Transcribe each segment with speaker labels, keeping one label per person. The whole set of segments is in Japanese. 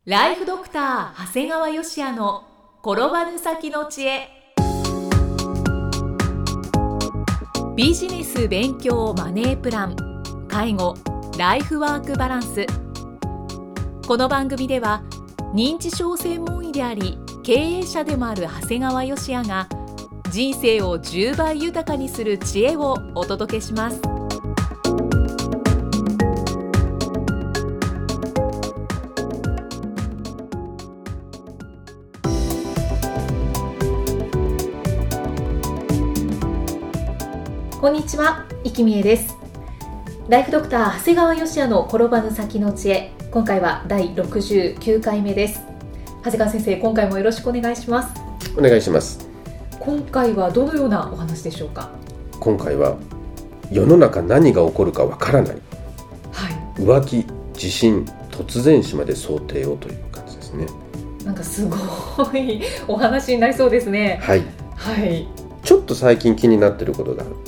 Speaker 1: ライフドクター長谷川芳也の転ばぬ先の知恵。ビジネス勉強マネープラン、介護、ライフワークバランス。この番組では認知症専門医であり経営者でもある長谷川芳也が人生を10倍豊かにする知恵をお届けします。こんにちは、生きみえです。ライフドクター長谷川芳也の転ばぬ先の知恵、今回は第69回目です。長谷川先生、今回もよろしくお願いします。
Speaker 2: お願いします。
Speaker 1: 今回はどのようなお話でしょうか。
Speaker 2: 今回は世の中何が起こるかわからない、浮気、地震、突然死まで想定をという感じですね。
Speaker 1: なんかすごいお話になりそうですね。
Speaker 2: はい、ちょっと最近気になっていることがあって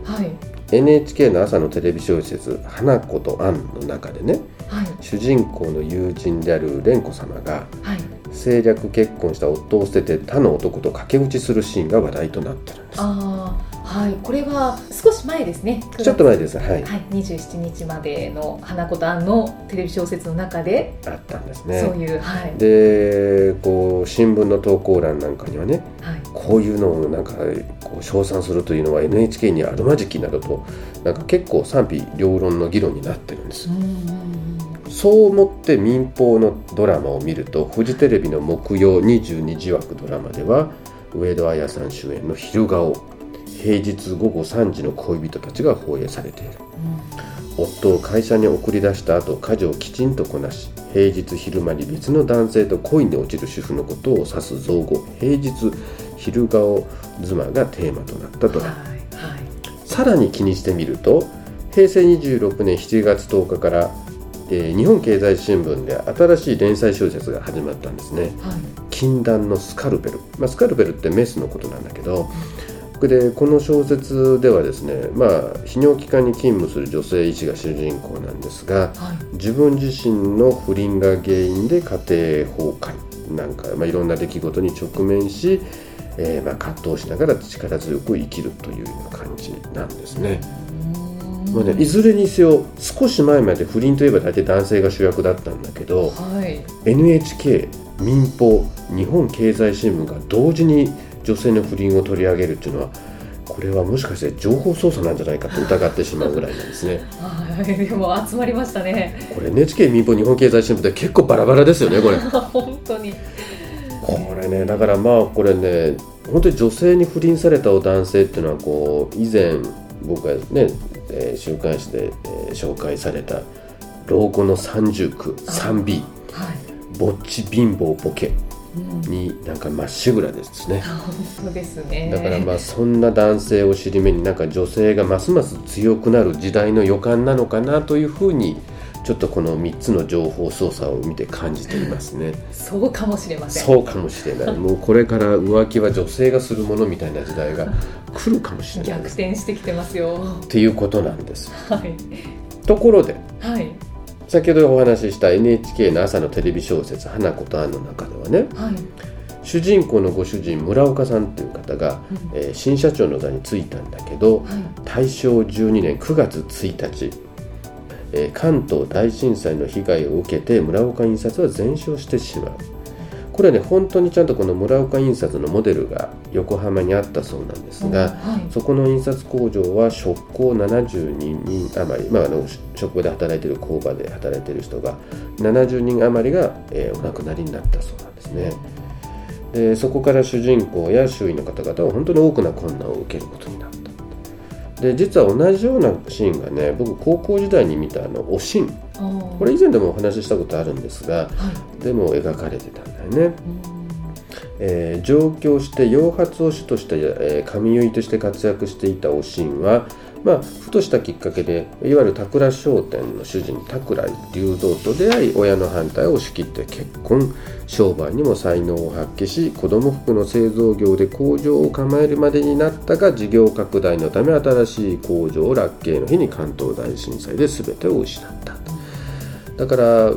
Speaker 2: 、NHK の朝のテレビ小説花子とアンの中でね、主人公の友人である蓮子様が、政略結婚した夫を捨てて他の男と駆け落ちするシーンが話題となってるんです。
Speaker 1: これは少し前ですね。
Speaker 2: ちょっと前です。
Speaker 1: 27日までの花子とアンのテレビ小説の中で
Speaker 2: あったんですね。
Speaker 1: そういう、
Speaker 2: でこう新聞の投稿欄なんかにはね、こういうのをなんかこう称賛するというのは NHK にあるまじきなどと、なんか結構賛否両論の議論になってるんです。そう思って民放のドラマを見ると、フジテレビの木曜22時枠ドラマでは上戸彩さん主演の昼顔、平日午後3時の恋人たちが放映されている。夫を会社に送り出した後、家事をきちんとこなし、平日昼間に別の男性と恋に落ちる主婦のことを指す造語、平日昼顔妻がテーマとなったドラマ。さらに気にしてみると、平成26年7月10日から日本経済新聞で新しい連載小説が始まったんですね。禁断のスカルペル、スカルペルってメスのことなんだけど、でこの小説ではですね、泌尿器科に勤務する女性医師が主人公なんですが、自分自身の不倫が原因で家庭崩壊なんか、いろんな出来事に直面し、葛藤しながら力強く生きるというような感じなんですね。いずれにせよ少し前まで不倫といえば大体男性が主役だったんだけど、NHK、民放、日本経済新聞が同時に女性の不倫を取り上げるっていうのは、これはもしかして情報操作なんじゃないかと疑ってしまうぐらいなんですね。
Speaker 1: でも集まりましたね。
Speaker 2: これ NHK、民放、日本経済新聞って結構バラバラですよね、これ。
Speaker 1: 本当に
Speaker 2: これね、だからこれね、本当に女性に不倫された男性っていうのはこう以前僕がね、週刊誌で、紹介された老後の三重苦 3B、ぼっち貧乏ボケになんかまっしぐらですね。
Speaker 1: 本当ですね。
Speaker 2: だからそんな男性を尻目に、なんか女性がますます強くなる時代の予感なのかなというふうに、ちょっとこの3つの情報操作を見て感じていますね。
Speaker 1: そうかもしれません。
Speaker 2: そうかもしれない。もうこれから浮気は女性がするものみたいな時代が来るかもしれない。
Speaker 1: 逆転してきてますよ
Speaker 2: っていうことなんです。ところで、先ほどお話しした NHK の朝のテレビ小説花子とアンの中ではね、主人公のご主人村岡さんという方が、新社長の座に就いたんだけど、大正12年9月1日、関東大震災の被害を受けて村岡印刷は全焼してしまう。これはね、本当にちゃんとこの村岡印刷のモデルが横浜にあったそうなんですが、そこの印刷工場は職工72人余り、職場で働いている工場で働いている人が70人余りが、お亡くなりになったそうなんですね。でそこから主人公や周囲の方々は本当に多くの困難を受けることになった。で実は同じようなシーンがね、僕高校時代に見たおしん、これ以前でもお話ししたことあるんですが、でも描かれてたんだよね。上京して養髪を主として髪結いとして活躍していたおしんは、ふとしたきっかけでいわゆる田倉商店の主人田倉隆三と出会い、親の反対を押し切って結婚、商売にも才能を発揮し、子供服の製造業で工場を構えるまでになったが、事業拡大のため新しい工場を落慶の日に関東大震災で全てを失った。だから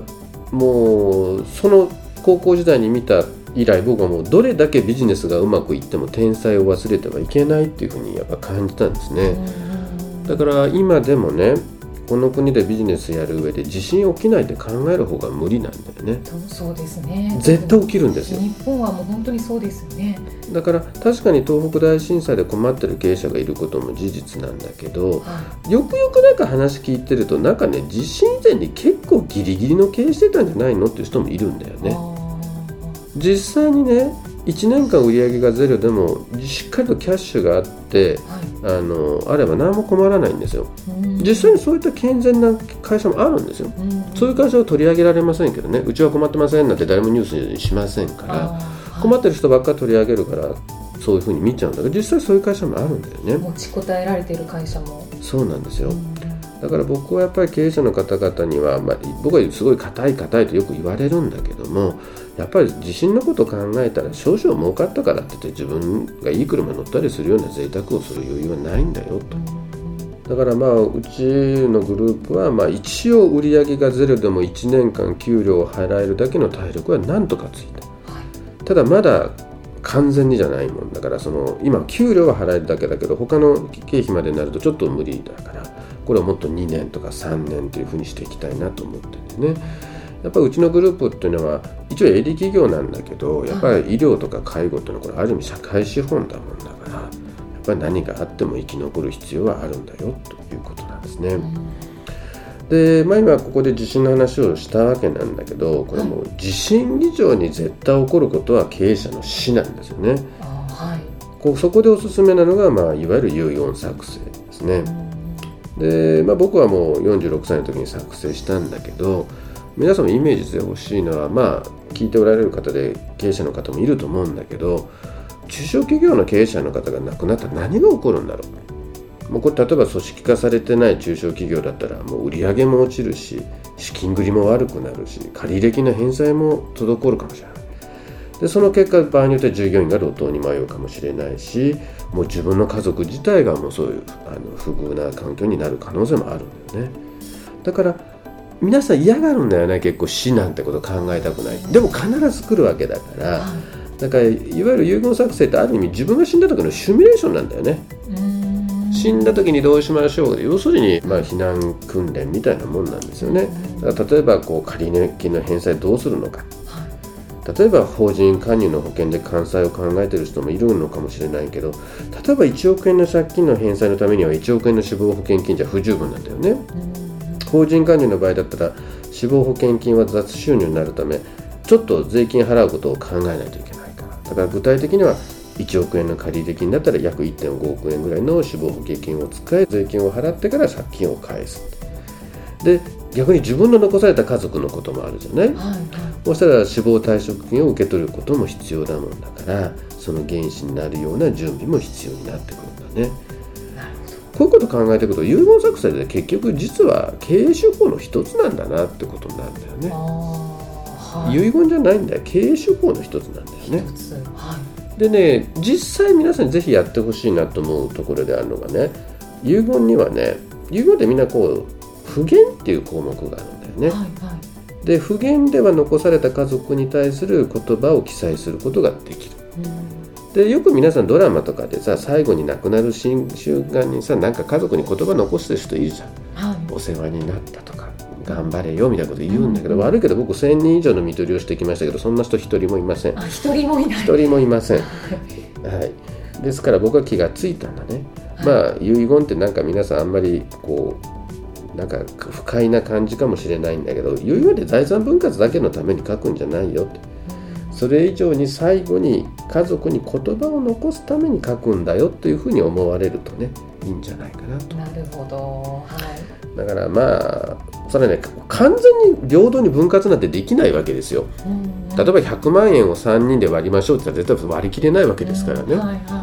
Speaker 2: もうその高校時代に見た以来、僕はもうどれだけビジネスがうまくいっても天才を忘れてはいけないっていうふうにやっぱ感じたんですね。だから今でもね、この国でビジネスやる上で地震起きないって考える方が無理なんだよね。
Speaker 1: そうですね。
Speaker 2: 絶対起きるんですよ。
Speaker 1: 日本はもう本当にそうですよね。
Speaker 2: だから確かに東北大震災で困ってる経営者がいることも事実なんだけど、よくよくなんか話聞いてるとなんかね、地震以前に結構ギリギリの経営してたんじゃないのっていう人もいるんだよね。実際にね、1年間売り上げがゼロでもしっかりとキャッシュがあって、あれば何も困らないんですよ。実際にそういった健全な会社もあるんですよ。そういう会社を取り上げられませんけどね、うちは困ってませんなんて誰もニュースにしませんから、困ってる人ばっかり取り上げるからそういうふうに見ちゃうんだけど、実際そういう会社もあるんだよね。
Speaker 1: 持ちこたえられている会社も。
Speaker 2: そうなんですよ。だから僕はやっぱり経営者の方々には、僕はすごい硬いとよく言われるんだけども、やっぱり地震のことを考えたら少々儲かったからって言って自分がいい車乗ったりするような贅沢をする余裕はないんだよと。だからうちのグループは一応売上がゼロでも1年間給料を払えるだけの体力はなんとかついた。ただまだ完全にじゃないもんだから、今給料は払えるだけだけど他の経費までになるとちょっと無理だから、これをもっと2年とか3年というふうにしていきたいなと思ってるんですね。やっぱりうちのグループっていうのは一応営利企業なんだけど、やっぱり医療とか介護っていうのはこれある意味社会資本だもんだから、やっぱり何があっても生き残る必要はあるんだよということなんですね。で、今ここで地震の話をしたわけなんだけど、これもう地震以上に絶対起こることは経営者の死なんですよね。そこでおすすめなのが、いわゆる遺言作成ですね。で、僕はもう46歳の時に作成したんだけど、皆さんもイメージしてほしいのは、聞いておられる方で経営者の方もいると思うんだけど、中小企業の経営者の方が亡くなったら何が起こるんだろう。もうこれ例えば組織化されてない中小企業だったらもう売り上げも落ちるし、資金繰りも悪くなるし、借入金の返済も滞るかもしれない。でその結果、場合によっては従業員が路頭に迷うかもしれないし、もう自分の家族自体がもうそういう不遇な環境になる可能性もあるんだよね。だから皆さん嫌がるんだよね。結構死なんてこと考えたくない。でも必ず来るわけだから、だからいわゆる遺言作成ってある意味自分が死んだ時のシミュレーションなんだよね。死んだ時にどうしましょう。要するに避難訓練みたいなもんなんですよね。だから例えば借入金の返済どうするのか、例えば法人加入の保険で完済を考えている人もいるのかもしれないけど、例えば1億円の借金の返済のためには1億円の死亡保険金じゃ不十分なんだよね。法人加入の場合だったら死亡保険金は雑収入になるため、ちょっと税金払うことを考えないといけないから、だから具体的には1億円の借入金だったら約 1.5 億円ぐらいの死亡保険金を使い、税金を払ってから借金を返す。で逆に自分の残された家族のこともあるじゃない、そうしたら死亡退職金を受け取ることも必要だもんだから、その原資になるような準備も必要になってくるんだね。こういうことを考えていくと、遺言作成で結局実は経営手法の一つなんだなってことになるんだよね。遺言じゃないんだよ、経営手法の一つなんだよね。でね、実際皆さんにぜひやってほしいなと思うところであるのがね、遺言にはね、遺言ってみんな不言っていう項目があるんだよね。で不言では残された家族に対する言葉を記載することができる。でよく皆さんドラマとかでさ、最後に亡くなる瞬間にさ、なんか家族に言葉残してる人いるじゃん、お世話になったとか頑張れよみたいなこと言うんだけど、悪いけど僕1000人以上の看取りをしてきましたけど、そんな人一人もいません。
Speaker 1: 一人もいない。
Speaker 2: 一人もいません。はい。ですから僕は気がついたんだね。遺言ってなんか皆さんあんまりなんか不快な感じかもしれないんだけど、遺言で財産分割だけのために書くんじゃないよって。それ以上に最後に家族に言葉を残すために書くんだよというふうに思われるとね、いいんじゃないかなと。
Speaker 1: なるほど。
Speaker 2: だからそれね、完全に平等に分割なんてできないわけですよ。例えば100万円を3人で割りましょうって言ったら絶対割り切れないわけですからね。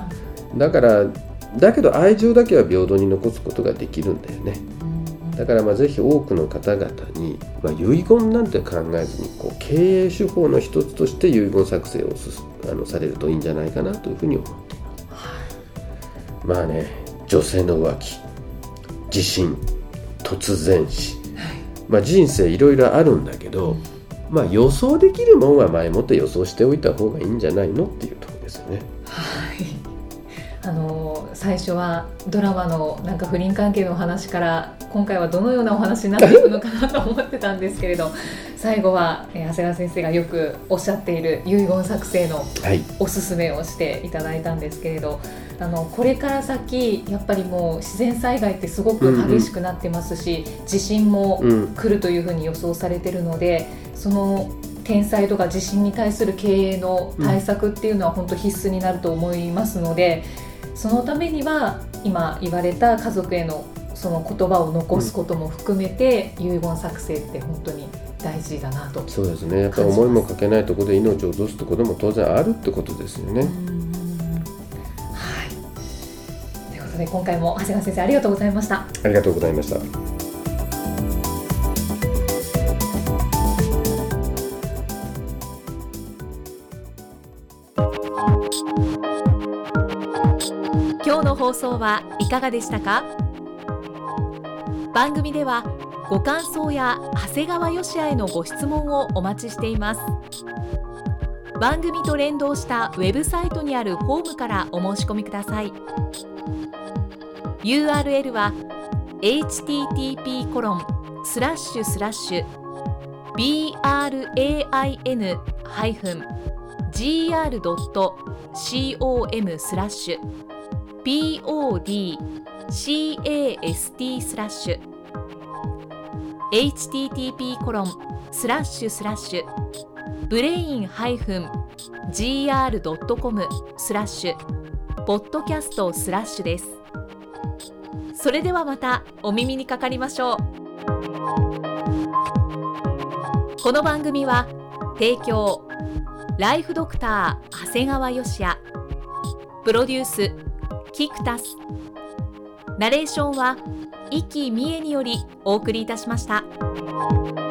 Speaker 2: だけど愛情だけは平等に残すことができるんだよね。だからぜひ多くの方々に、遺言なんて考えずに経営手法の一つとして遺言作成をされるといいんじゃないかなというふうに思っています。女性の浮気、地震、突然死、人生いろいろあるんだけど、 予想できるもんは前もって予想しておいた方がいいんじゃないのっていうところですよね。
Speaker 1: はい、最初はドラマのなんか不倫関係のお話から今回はどのようなお話になっていくのかなと思ってたんですけれど最後は、長谷川先生がよくおっしゃっている遺言作成のおすすめをしていただいたんですけれど、これから先やっぱりもう自然災害ってすごく激しくなってますし、地震も来るというふうに予想されているので、その天災とか地震に対する経営の対策っていうのは本当必須になると思いますので、そのためには今言われた家族へのその言葉を残すことも含めて、遺言作成って本当に大事だなと。
Speaker 2: そうですね、やっぱり思いもかけないところで命を落とすところも当然あるってことですよね。はい、
Speaker 1: ということで今回も長谷川先生ありがとうございました。
Speaker 2: ありがとうございました。
Speaker 1: 今日の放送はいかがでしたか？番組ではご感想や長谷川芳也へのご質問をお待ちしています。番組と連動したウェブサイトにあるフォームからお申し込みください。 URL は http://brain-gr.com/podcast/ です。それではまたお耳にかかりましょう。この番組は提供ライフドクター長谷川芳也、プロデュースキクタス、ナレーションは生きみえによりお送りいたしました。